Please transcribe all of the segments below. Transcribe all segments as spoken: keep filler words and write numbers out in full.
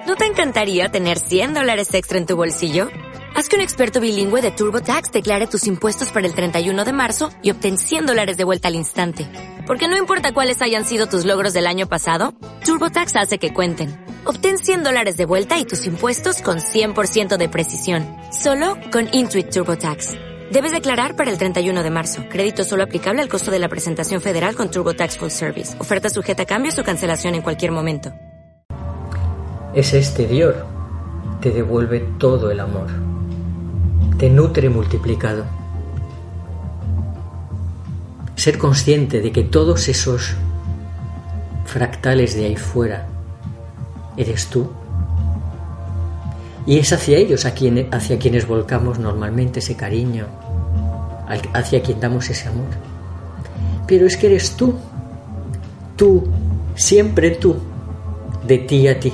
¿No te encantaría tener cien dólares extra en tu bolsillo? Haz que un experto bilingüe de TurboTax declare tus impuestos para el treinta y uno de marzo y obtén cien dólares de vuelta al instante. Porque no importa cuáles hayan sido tus logros del año pasado, TurboTax hace que cuenten. Obtén cien dólares de vuelta y tus impuestos con cien por ciento de precisión. Solo con Intuit TurboTax. Debes declarar para el treinta y uno de marzo. Crédito solo aplicable al costo de la presentación federal con TurboTax Full Service. Oferta sujeta a cambios o cancelación en cualquier momento. Ese exterior te devuelve todo el amor. Te nutre multiplicado. Ser consciente de que todos esos fractales de ahí fuera eres tú. Y es hacia ellos a quien, hacia quienes volcamos normalmente ese cariño, hacia quien damos ese amor. Pero es que eres tú, tú, siempre tú, de ti a ti.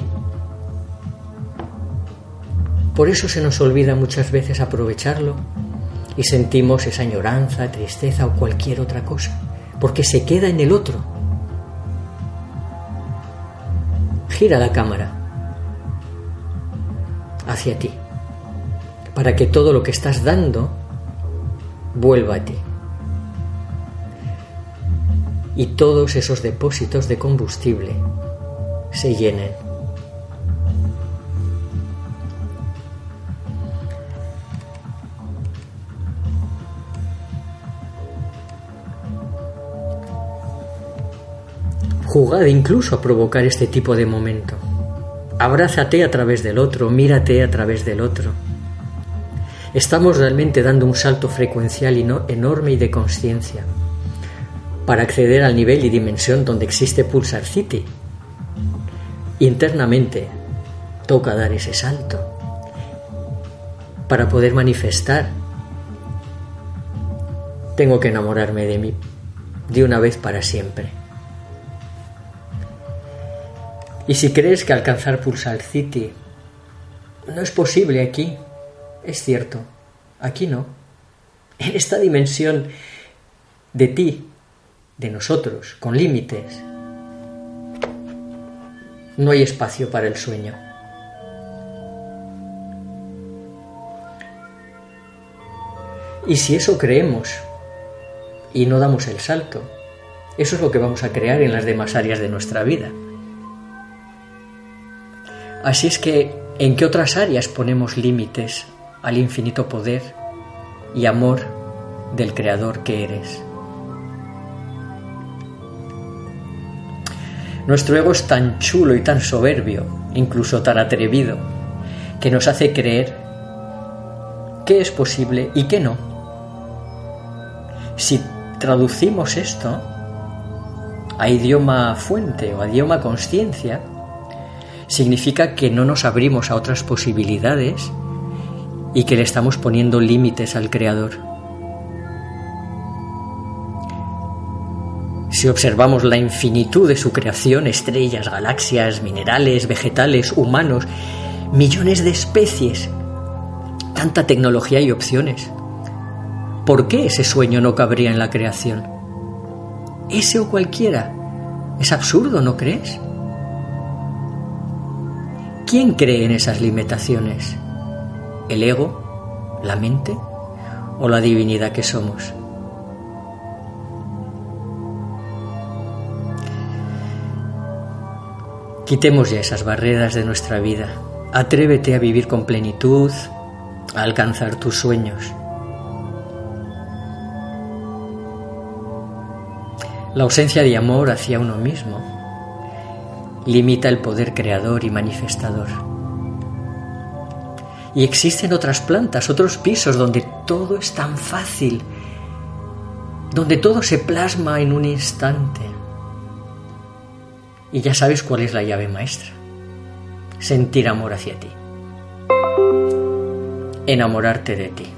Por eso se nos olvida muchas veces aprovecharlo y sentimos esa añoranza, tristeza o cualquier otra cosa, porque se queda en el otro. Gira la cámara hacia ti, para que todo lo que estás dando vuelva a ti. Y todos esos depósitos de combustible se llenen. Jugad incluso a provocar este tipo de momento. Abrázate a través del otro, mírate a través del otro. Estamos realmente dando un salto frecuencial enorme y de consciencia para acceder al nivel y dimensión donde existe Pulsar City. Internamente toca dar ese salto para poder manifestar. Tengo que enamorarme de mí de una vez para siempre. Y si crees que alcanzar Pulsar City no es posible aquí, es cierto, aquí no. En esta dimensión de ti, de nosotros, con límites, no hay espacio para el sueño. Y si eso creemos y no damos el salto, eso es lo que vamos a crear en las demás áreas de nuestra vida. Así es que, ¿en qué otras áreas ponemos límites al infinito poder y amor del Creador que eres? Nuestro ego es tan chulo y tan soberbio, incluso tan atrevido, que nos hace creer qué es posible y qué no. Si traducimos esto a idioma fuente o a idioma consciencia, significa que no nos abrimos a otras posibilidades y que le estamos poniendo límites al Creador. Si observamos la infinitud de su creación, estrellas, galaxias, minerales, vegetales, humanos, millones de especies, tanta tecnología y opciones, ¿por qué ese sueño no cabría en la creación? Ese o cualquiera. Es absurdo, ¿no crees? ¿Quién cree en esas limitaciones? ¿El ego? ¿La mente? ¿O la divinidad que somos? Quitemos ya esas barreras de nuestra vida. Atrévete a vivir con plenitud, a alcanzar tus sueños. La ausencia de amor hacia uno mismo limita el poder creador y manifestador. Y existen otras plantas, otros pisos donde todo es tan fácil, donde todo se plasma en un instante. Y ya sabes cuál es la llave maestra: sentir amor hacia ti, enamorarte de ti.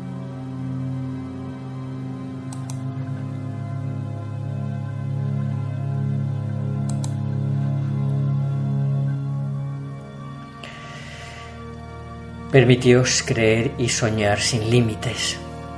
Permitíos creer y soñar sin límites.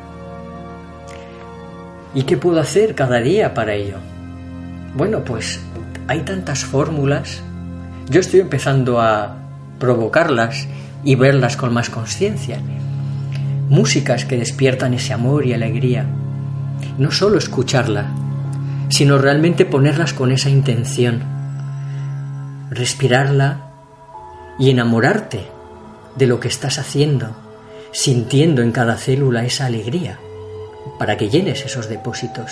¿Y qué puedo hacer cada día para ello? Bueno, pues hay tantas fórmulas. Yo estoy empezando a provocarlas y verlas con más conciencia. Músicas que despiertan ese amor y alegría. No solo escucharla, sino realmente ponerlas con esa intención. Respirarla y enamorarte de lo que estás haciendo, sintiendo en cada célula esa alegría, para que llenes esos depósitos.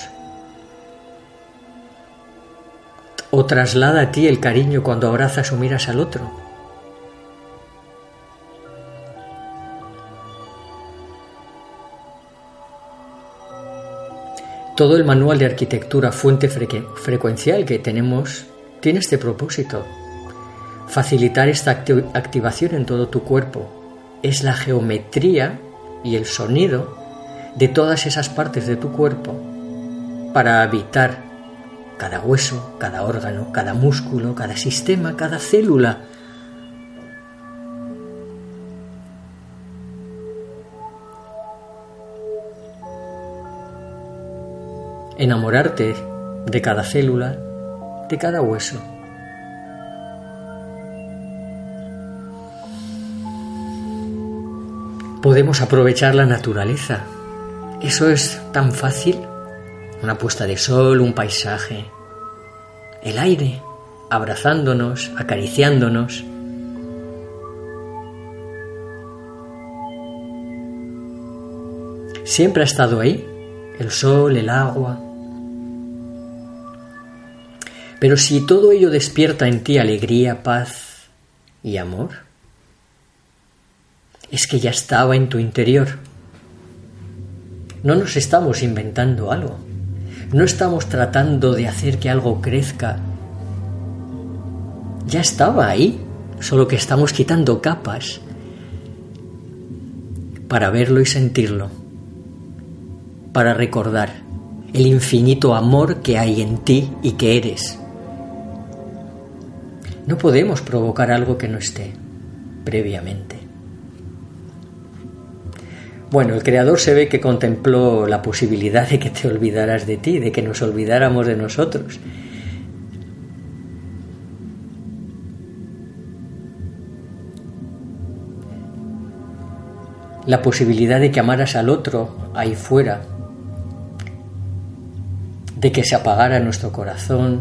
O traslada a ti el cariño cuando abrazas o miras al otro. Todo el manual de arquitectura fuente frecu- frecuencial que tenemos tiene este propósito: facilitar esta acti- activación en todo tu cuerpo. Es la geometría y el sonido de todas esas partes de tu cuerpo para habitar cada hueso, cada órgano, cada músculo, cada sistema, cada célula. Enamorarte de cada célula, de cada hueso. Podemos aprovechar la naturaleza. Eso es tan fácil. Una puesta de sol, un paisaje, el aire, abrazándonos, acariciándonos. Siempre ha estado ahí, el sol, el agua. Pero si todo ello despierta en ti alegría, paz y amor, es que ya estaba en tu interior. No nos estamos inventando algo. No estamos tratando de hacer que algo crezca. Ya estaba ahí, solo que estamos quitando capas para verlo y sentirlo, para recordar el infinito amor que hay en ti y que eres. No podemos provocar algo que no esté previamente. Bueno, el Creador se ve que contempló la posibilidad de que te olvidaras de ti, de que nos olvidáramos de nosotros. La posibilidad de que amaras al otro ahí fuera, de que se apagara nuestro corazón.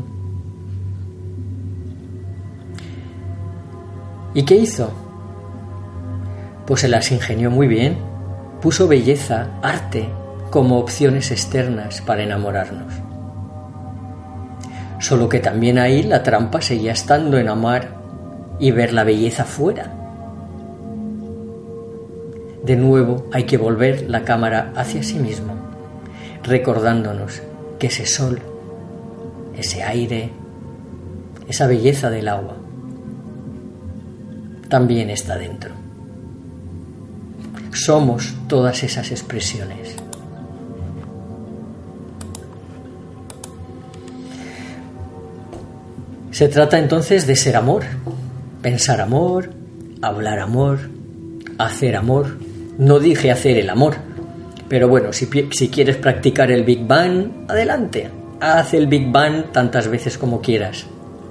¿Y qué hizo? Pues se las ingenió muy bien. Puso belleza, arte, como opciones externas para enamorarnos. Solo que también ahí la trampa seguía estando en amar y ver la belleza fuera. De nuevo hay que volver la cámara hacia sí mismo, recordándonos que ese sol, ese aire, esa belleza del agua, también está dentro. Somos todas esas expresiones. Se trata entonces de ser amor, pensar amor, hablar amor, hacer amor. No dije hacer el amor, pero bueno, si, si quieres practicar el Big Bang, adelante, haz el Big Bang tantas veces como quieras.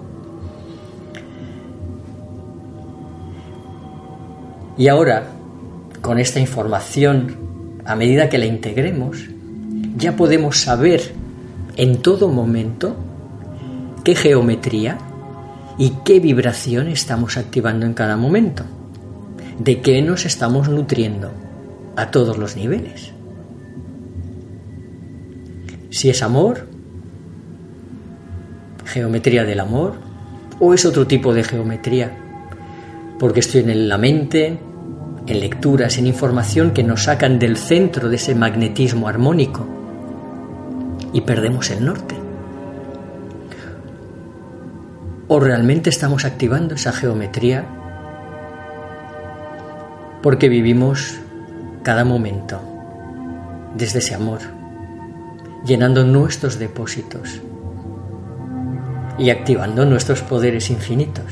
Y ahora, con esta información, a medida que la integremos, ya podemos saber en todo momento qué geometría y qué vibración estamos activando en cada momento, de qué nos estamos nutriendo a todos los niveles. Si es amor, geometría del amor, o es otro tipo de geometría, porque estoy en la mente, en lecturas, en información que nos sacan del centro de ese magnetismo armónico y perdemos el norte. ¿O realmente estamos activando esa geometría porque vivimos cada momento desde ese amor, llenando nuestros depósitos y activando nuestros poderes infinitos?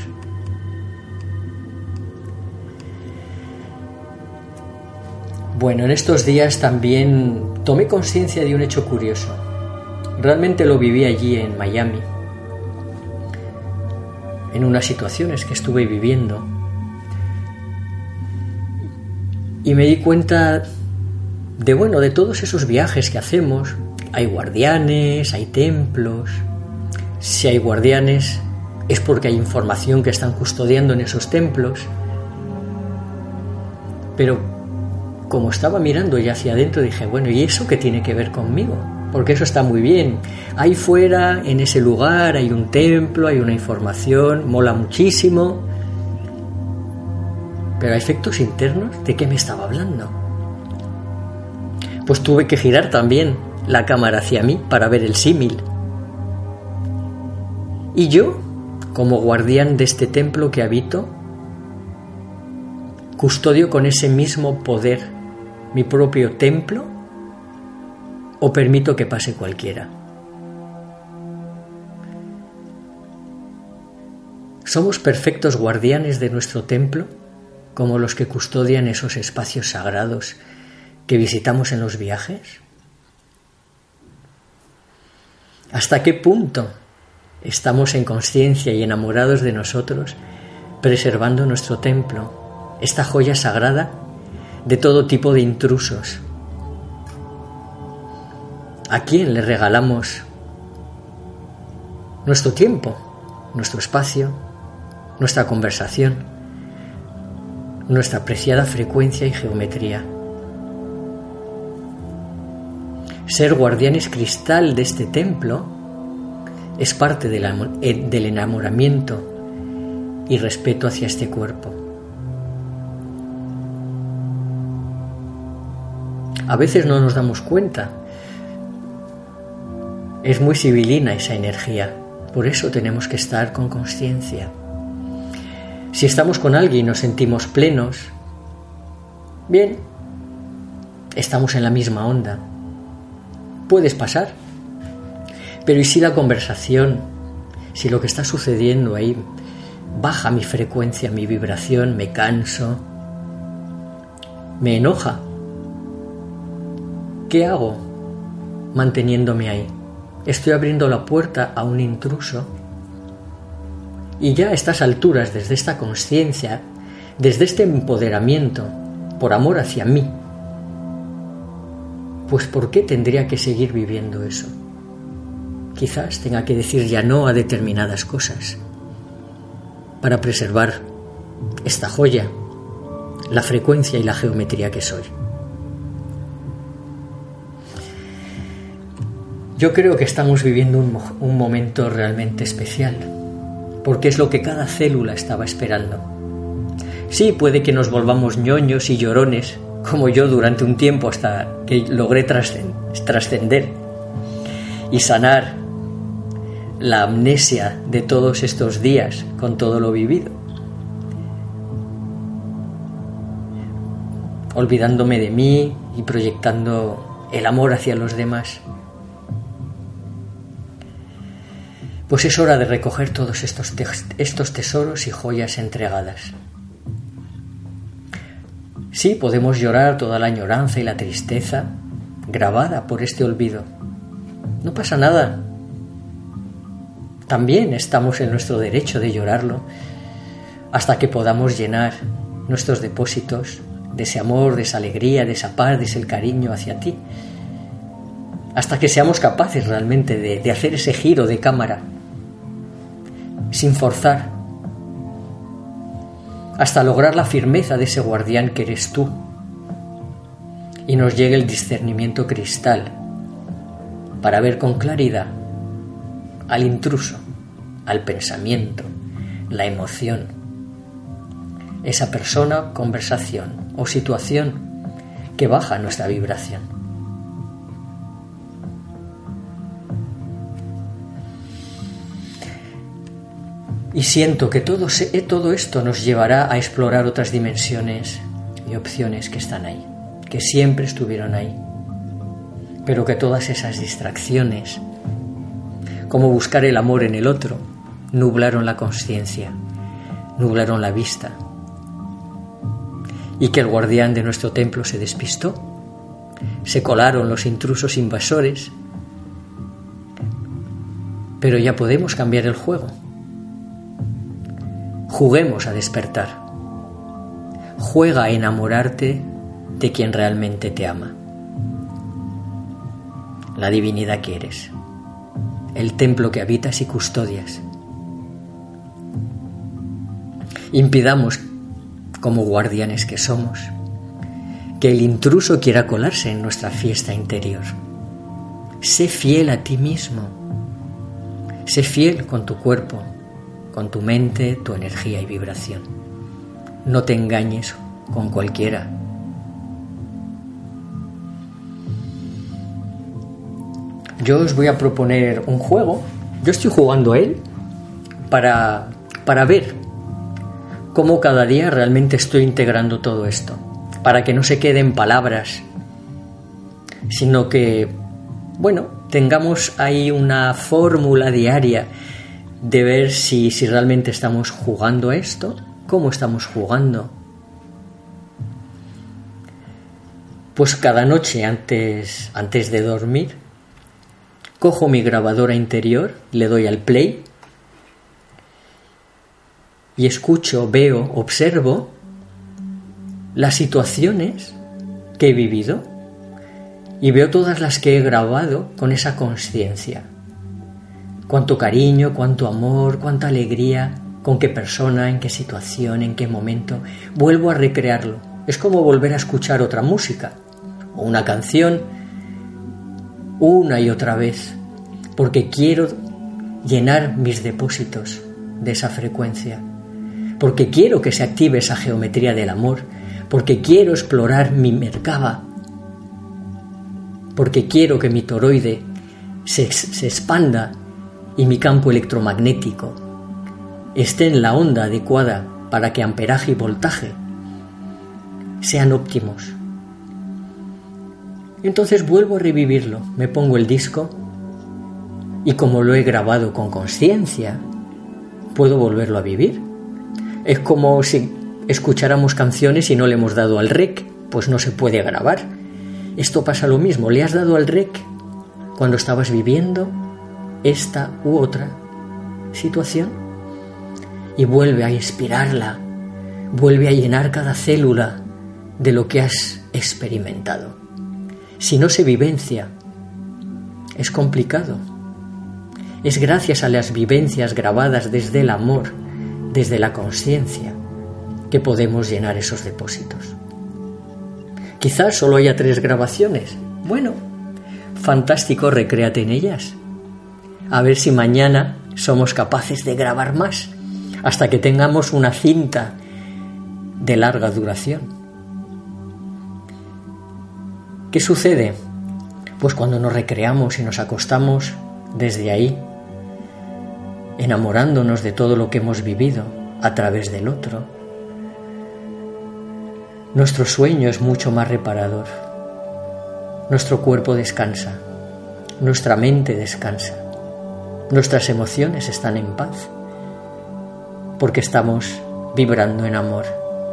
Bueno, en estos días también tomé conciencia de un hecho curioso. Realmente lo viví allí en Miami, en unas situaciones que estuve viviendo, Y me di cuenta de, bueno, de todos esos viajes que hacemos. Hay guardianes, hay templos. Si hay guardianes es porque hay información que están custodiando en esos templos. Pero como estaba mirando ya hacia adentro, dije, bueno, ¿y eso qué tiene que ver conmigo? Porque eso está muy bien. Ahí fuera, en ese lugar, hay un templo, hay una información, mola muchísimo. Pero a efectos internos, ¿de qué me estaba hablando? Pues tuve que girar también la cámara hacia mí para ver el símil. Y yo, como guardián de este templo que habito, custodio con ese mismo poder mi propio templo, o permito que pase cualquiera. ¿Somos perfectos guardianes de nuestro templo, como los que custodian esos espacios sagrados que visitamos en los viajes? ¿Hasta qué punto estamos en conciencia y enamorados de nosotros, preservando nuestro templo, esta joya sagrada de todo tipo de intrusos? ¿A quién le regalamos nuestro tiempo, nuestro espacio, nuestra conversación, nuestra preciada frecuencia y geometría? Ser guardianes cristal de este templo es parte del enamoramiento y respeto hacia este cuerpo. A veces no nos damos cuenta. Es muy sibilina esa energía, por eso tenemos que estar con consciencia. Si estamos con alguien y nos sentimos plenos, bien, estamos en la misma onda. Puedes pasar, pero ¿y si la conversación, si lo que está sucediendo ahí baja mi frecuencia, mi vibración, me canso, me enoja? ¿Qué hago manteniéndome ahí? Estoy abriendo la puerta a un intruso. Y ya a estas alturas, desde esta conciencia, desde este empoderamiento, por amor hacia mí, pues ¿por qué tendría que seguir viviendo eso? Quizás tenga que decir ya no a determinadas cosas para preservar esta joya, la frecuencia y la geometría que soy. Yo creo que estamos viviendo un, un momento realmente especial, porque es lo que cada célula estaba esperando. Sí, puede que nos volvamos ñoños y llorones, como yo durante un tiempo hasta que logré trascender y sanar la amnesia de todos estos días con todo lo vivido, olvidándome de mí y proyectando el amor hacia los demás. Pues es hora de recoger todos estos, te- estos tesoros y joyas entregadas. Sí, podemos llorar toda la añoranza y la tristeza grabada por este olvido. No pasa nada. También estamos en nuestro derecho de llorarlo hasta que podamos llenar nuestros depósitos de ese amor, de esa alegría, de esa paz, de ese cariño hacia ti. Hasta que seamos capaces realmente de, de hacer ese giro de cámara sin forzar, hasta lograr la firmeza de ese guardián que eres tú y nos llegue el discernimiento cristal para ver con claridad al intruso, al pensamiento, la emoción, esa persona, conversación o situación que baja nuestra vibración. Y siento que todo, se, todo esto nos llevará a explorar otras dimensiones y opciones que están ahí, que siempre estuvieron ahí, pero que todas esas distracciones, como buscar el amor en el otro, nublaron la conciencia, nublaron la vista, y que el guardián de nuestro templo se despistó, se colaron los intrusos invasores, pero ya podemos cambiar el juego. Juguemos a despertar. Juega a enamorarte de quien realmente te ama, la divinidad que eres, el templo que habitas y custodias. Impidamos, como guardianes que somos, que el intruso quiera colarse en nuestra fiesta interior. Sé fiel a ti mismo. Sé fiel con tu cuerpo, con tu mente, tu energía y vibración. No te engañes con cualquiera. Yo os voy a proponer un juego. Yo estoy jugando a él para, para ver cómo cada día realmente estoy integrando todo esto, para que no se quede en palabras, sino que, bueno, tengamos ahí una fórmula diaria de ver si, si realmente estamos jugando a esto, cómo estamos jugando. Pues cada noche antes, antes de dormir, cojo mi grabadora interior, le doy al play y escucho, veo, observo las situaciones que he vivido y veo todas las que he grabado con esa conciencia. Cuánto cariño, cuánto amor, cuánta alegría, con qué persona, en qué situación, en qué momento. Vuelvo a recrearlo. Es como volver a escuchar otra música o una canción una y otra vez, porque quiero llenar mis depósitos de esa frecuencia, porque quiero que se active esa geometría del amor, porque quiero explorar mi Merkaba, porque quiero que mi toroide se, se expanda y mi campo electromagnético esté en la onda adecuada para que amperaje y voltaje sean óptimos. Entonces vuelvo a revivirlo, me pongo el disco y como lo he grabado con conciencia, puedo volverlo a vivir. Es como si escucháramos canciones y no le hemos dado al rec, pues no se puede grabar. Esto pasa lo mismo, le has dado al rec cuando estabas viviendo esta u otra situación y vuelve a inspirarla, vuelve a llenar cada célula de lo que has experimentado. Si no se vivencia, es complicado. Es gracias a las vivencias grabadas desde el amor, desde la conciencia, que podemos llenar esos depósitos. Quizás solo haya tres grabaciones. Bueno, fantástico, recréate en ellas. A ver si mañana somos capaces de grabar más, hasta que tengamos una cinta de larga duración. ¿Qué sucede? Pues cuando nos recreamos y nos acostamos desde ahí, enamorándonos de todo lo que hemos vivido a través del otro, nuestro sueño es mucho más reparador. Nuestro cuerpo descansa, nuestra mente descansa, nuestras emociones están en paz, porque estamos vibrando en amor.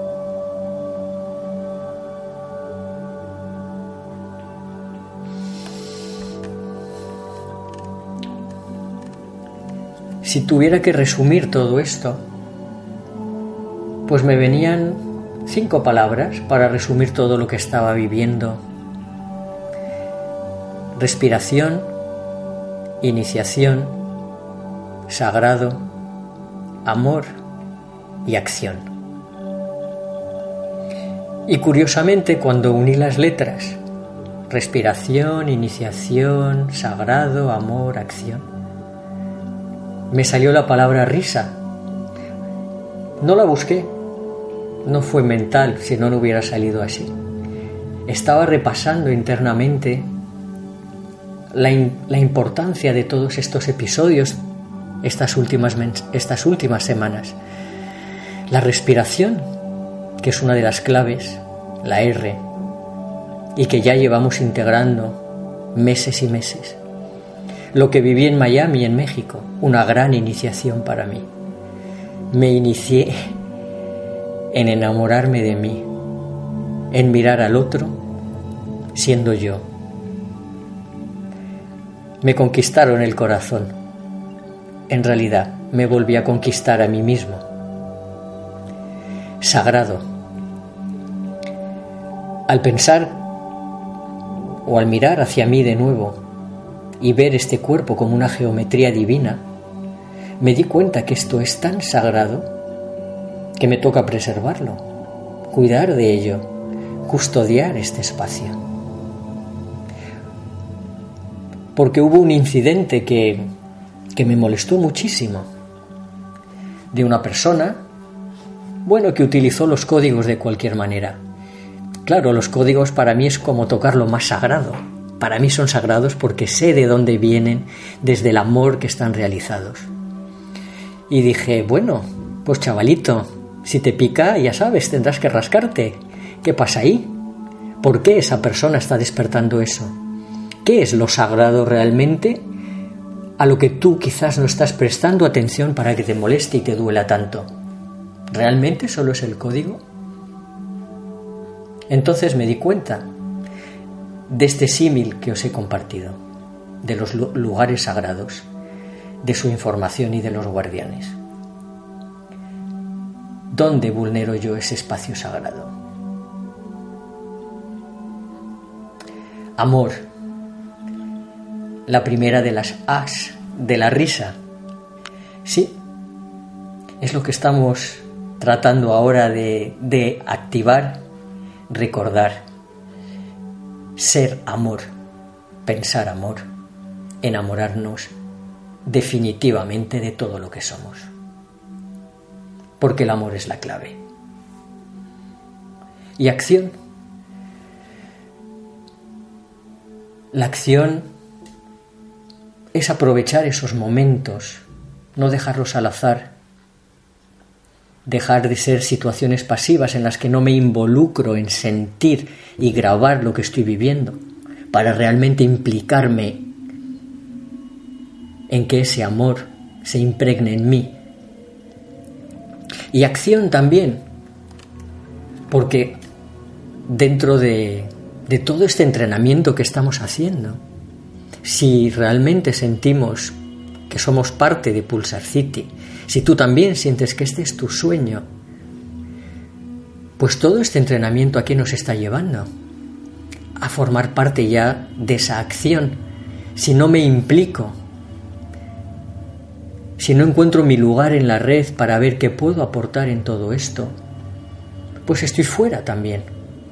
Si tuviera que resumir todo esto, pues me venían cinco palabras para resumir todo lo que estaba viviendo. Respiración, iniciación, sagrado, amor y acción. Y curiosamente, cuando uní las letras, respiración, iniciación, sagrado, amor, acción, me salió la palabra risa. No la busqué, no fue mental, si no, no hubiera salido así. Estaba repasando internamente la, in, la importancia de todos estos episodios estas últimas, estas últimas semanas. La respiración, que es una de las claves, la R, y que ya llevamos integrando meses y meses. Lo que viví en Miami, en México, una gran iniciación para mí. Me inicié en enamorarme de mí, en mirar al otro siendo yo. Me conquistaron el corazón. En realidad, me volví a conquistar a mí mismo. Sagrado. Al pensar o al mirar hacia mí de nuevo y ver este cuerpo como una geometría divina, me di cuenta que esto es tan sagrado que me toca preservarlo, cuidar de ello, custodiar este espacio. Porque hubo un incidente que, que me molestó muchísimo, de una persona, bueno, que utilizó los códigos de cualquier manera. Claro, los códigos para mí es como tocar lo más sagrado. Para mí son sagrados porque sé de dónde vienen, desde el amor que están realizados. Y dije, bueno, pues chavalito, si te pica, ya sabes, tendrás que rascarte. ¿Qué pasa ahí? ¿Por qué esa persona está despertando eso? ¿Qué es lo sagrado realmente a lo que tú quizás no estás prestando atención para que te moleste y te duela tanto? ¿Realmente solo es el código? Entonces me di cuenta de este símil que os he compartido, de los lugares sagrados, de su información y de los guardianes. ¿Dónde vulnero yo ese espacio sagrado? Amor, la primera de las As de la risa. Sí, es lo que estamos tratando ahora de, de activar, recordar, ser amor, pensar amor, enamorarnos definitivamente de todo lo que somos. Porque el amor es la clave. Y acción. La acción es aprovechar esos momentos, no dejarlos al azar, dejar de ser situaciones pasivas en las que no me involucro en sentir y grabar lo que estoy viviendo, para realmente implicarme en que ese amor se impregne en mí. Y acción también, porque dentro de, de todo este entrenamiento que estamos haciendo, si realmente sentimos que somos parte de Pulsar City, si tú también sientes que este es tu sueño, pues todo este entrenamiento ¿a qué nos está llevando? A formar parte ya de esa acción. Si no me implico, si no encuentro mi lugar en la red para ver qué puedo aportar en todo esto, pues estoy fuera también.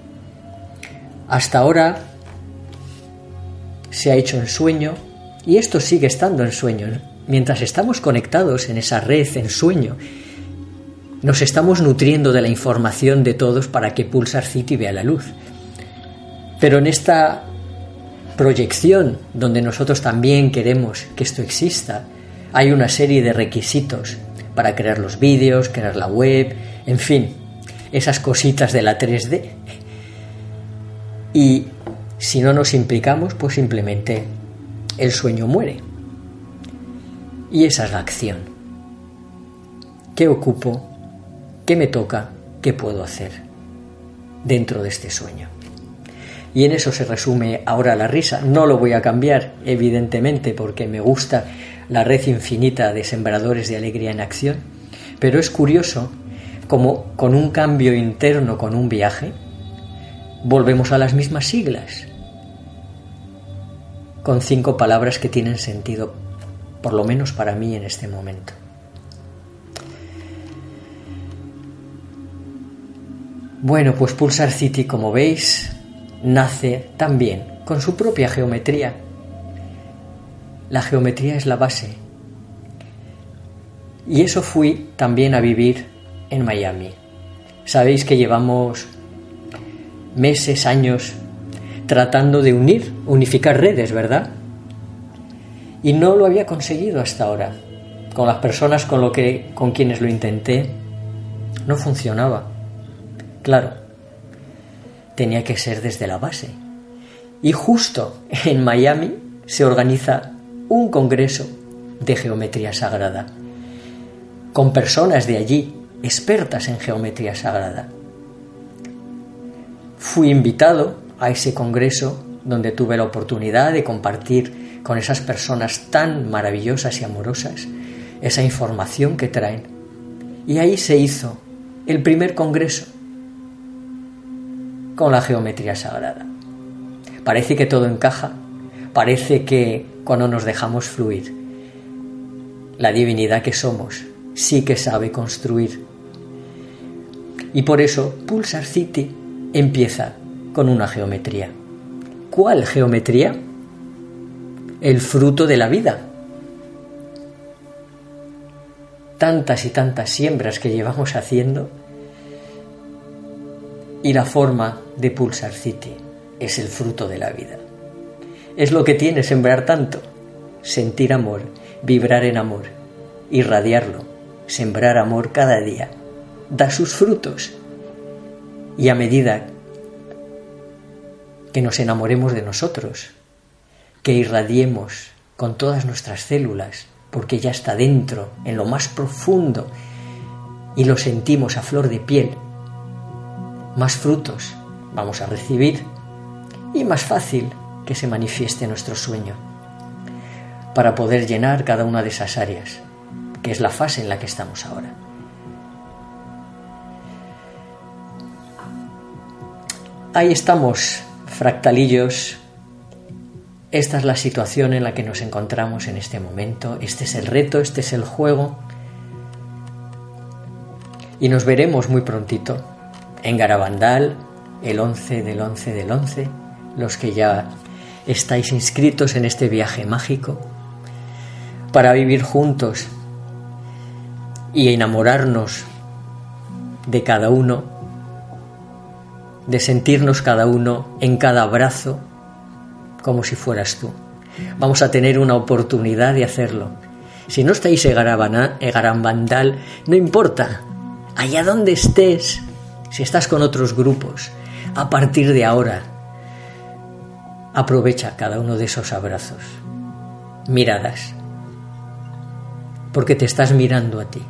Hasta ahora se ha hecho en sueño y esto sigue estando en sueño. Mientras estamos conectados en esa red en sueño, nos estamos nutriendo de la información de todos para que Pulsar City vea la luz. Pero en esta proyección, donde nosotros también queremos que esto exista, hay una serie de requisitos para crear los vídeos, crear la web, en fin, esas cositas de la tres D. Y si no nos implicamos, pues simplemente el sueño muere. Y esa es la acción. ¿Qué ocupo? ¿Qué me toca? ¿Qué puedo hacer dentro de este sueño? Y en eso se resume ahora la risa. No lo voy a cambiar, evidentemente, porque me gusta la red infinita de sembradores de alegría en acción. Pero es curioso como con un cambio interno, con un viaje, volvemos a las mismas siglas, con cinco palabras que tienen sentido, por lo menos para mí en este momento. Bueno, pues Pulsar City, como veis, nace también con su propia geometría. La geometría es la base. Y eso fui también a vivir en Miami. Sabéis que llevamos meses, años, tratando de unir, unificar redes, ¿verdad? Y no lo había conseguido hasta ahora. Con las personas con, lo que, con quienes lo intenté, no funcionaba. Claro, tenía que ser desde la base. Y justo en Miami se organiza un congreso de geometría sagrada, con personas de allí, expertas en geometría sagrada. Fui invitado a ese congreso donde tuve la oportunidad de compartir con esas personas tan maravillosas y amorosas esa información que traen. Y ahí se hizo el primer congreso. con la geometría sagrada. Parece que todo encaja, parece que cuando nos dejamos fluir, la divinidad que somos sí que sabe construir. Y por eso Pulsar City empieza con una geometría. ¿Cuál geometría? El fruto de la vida. Tantas y tantas siembras que llevamos haciendo, y la forma de Pulsar City es el fruto de la vida. Es lo que tiene sembrar tanto: sentir amor, vibrar en amor, irradiarlo, sembrar amor cada día, da sus frutos. Y a medida que nos enamoremos de nosotros, que irradiemos con todas nuestras células, porque ya está dentro, en lo más profundo, y lo sentimos a flor de piel, más frutos vamos a recibir y más fácil que se manifieste nuestro sueño, para poder llenar cada una de esas áreas, que es la fase en la que estamos ahora. Ahí estamos, fractalillos. Esta es la situación en la que nos encontramos en este momento. Este es el reto, este es el juego. Y nos veremos muy prontito en Garabandal, el once del once del once, los que ya estáis inscritos en este viaje mágico, para vivir juntos y enamorarnos de cada uno, de sentirnos cada uno en cada abrazo como si fueras tú. Vamos a tener una oportunidad de hacerlo. Si no estáis en Garabandal, no importa, allá donde estés, si estás con otros grupos, a partir de ahora, aprovecha cada uno de esos abrazos, miradas, porque te estás mirando a ti.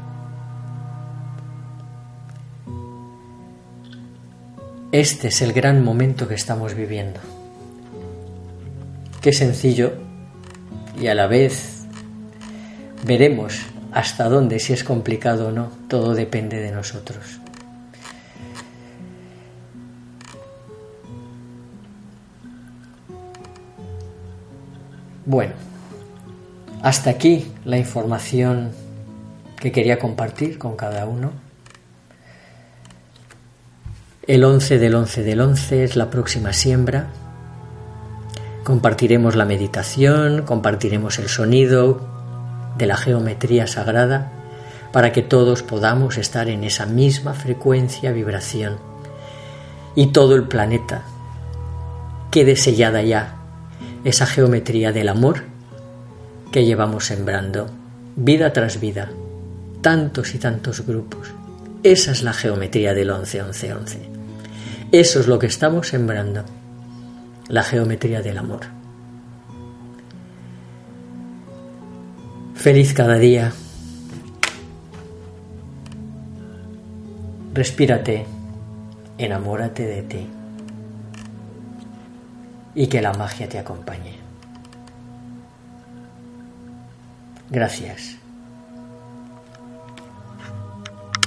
Este es el gran momento que estamos viviendo. Qué sencillo, y a la vez veremos hasta dónde, si es complicado o no. Todo depende de nosotros. Bueno, hasta aquí la información que quería compartir con cada uno. El once del once del once es la próxima siembra. Compartiremos la meditación, compartiremos el sonido de la geometría sagrada para que todos podamos estar en esa misma frecuencia, vibración, y todo el planeta quede sellada ya esa geometría del amor que llevamos sembrando vida tras vida, tantos y tantos grupos. Esa es la geometría del once once once. Eso es lo que estamos sembrando, la geometría del amor. Feliz cada día. Respírate, enamórate de ti y que la magia te acompañe. Gracias.